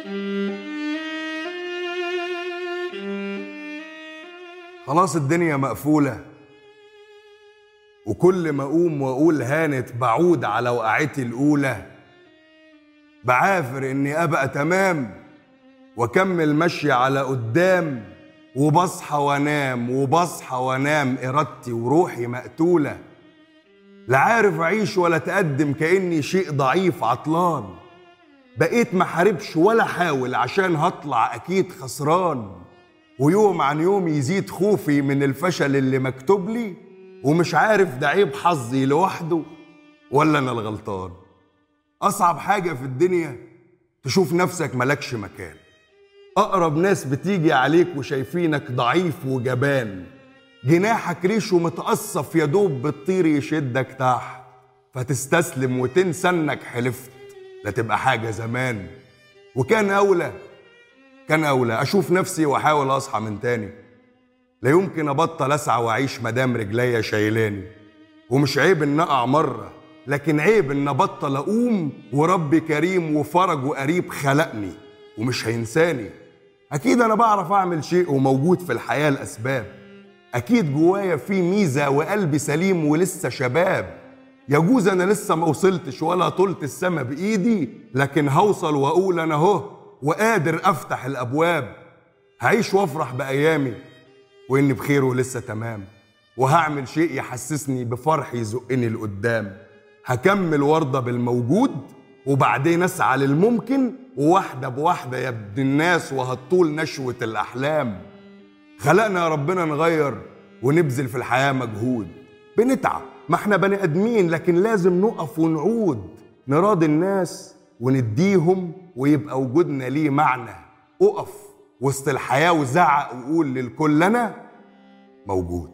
خلاص الدنيا مقفولة، وكل ما أقوم وأقول هانت بعود على وقعتي الأولى، بعافر إني أبقى تمام وأكمل مشي على قدام، وبصحى وأنام وبصحى وأنام إرادتي وروحي مقتولة. لا عارف أعيش ولا أتقدم، كأني شيء ضعيف عطلان، بقيت محاربش ولا أحاول عشان هطلع أكيد خسران. ويوم عن يوم يزيد خوفي من الفشل اللي مكتوب لي، ومش عارف ده عيب حظي لوحده ولا أنا الغلطان. أصعب حاجة في الدنيا تشوف نفسك ملكش مكان، أقرب ناس بتيجي عليك وشايفينك ضعيف وجبان، جناحك ريشه متقصف يدوب بتطير يشدك تحت، فتستسلم وتنسى انك حلفت لا تبقى حاجة زمان. وكان أولى أشوف نفسي وأحاول أصحى من تاني. لا يمكن أبطل أسعى وأعيش مدام رجليا شايلاني، ومش عيب إن أقع مرة، لكن عيب إن أبطل أقوم، ورب كريم وفرج وقريب خلقني ومش هينساني. أكيد أنا بعرف أعمل شيء وموجود في الحياة الأسباب، أكيد جوايا في ميزة وقلبي سليم ولسه شباب. يجوز أنا لسه ما وصلتش ولا طلت السما بإيدي، لكن هوصل وأقول أنا هو وقادر أفتح الأبواب. هعيش وأفرح بأيامي وإني بخير ولسه تمام، وهعمل شيء يحسسني بفرح يزقني لقدام. هكمل وارضى بالموجود وبعدين أسعى للممكن، وواحدة بواحدة يا ابن الناس وهتطول نشوة الأحلام. خلقنا يا ربنا نغير ونبذل في الحياة مجهود، بنتعب ما احنا بني ادمين، لكن لازم نقف ونعود نراضي الناس ونديهم ويبقى وجودنا ليه معنى. اقف وسط الحياة وزعق وقول للكل انا موجود.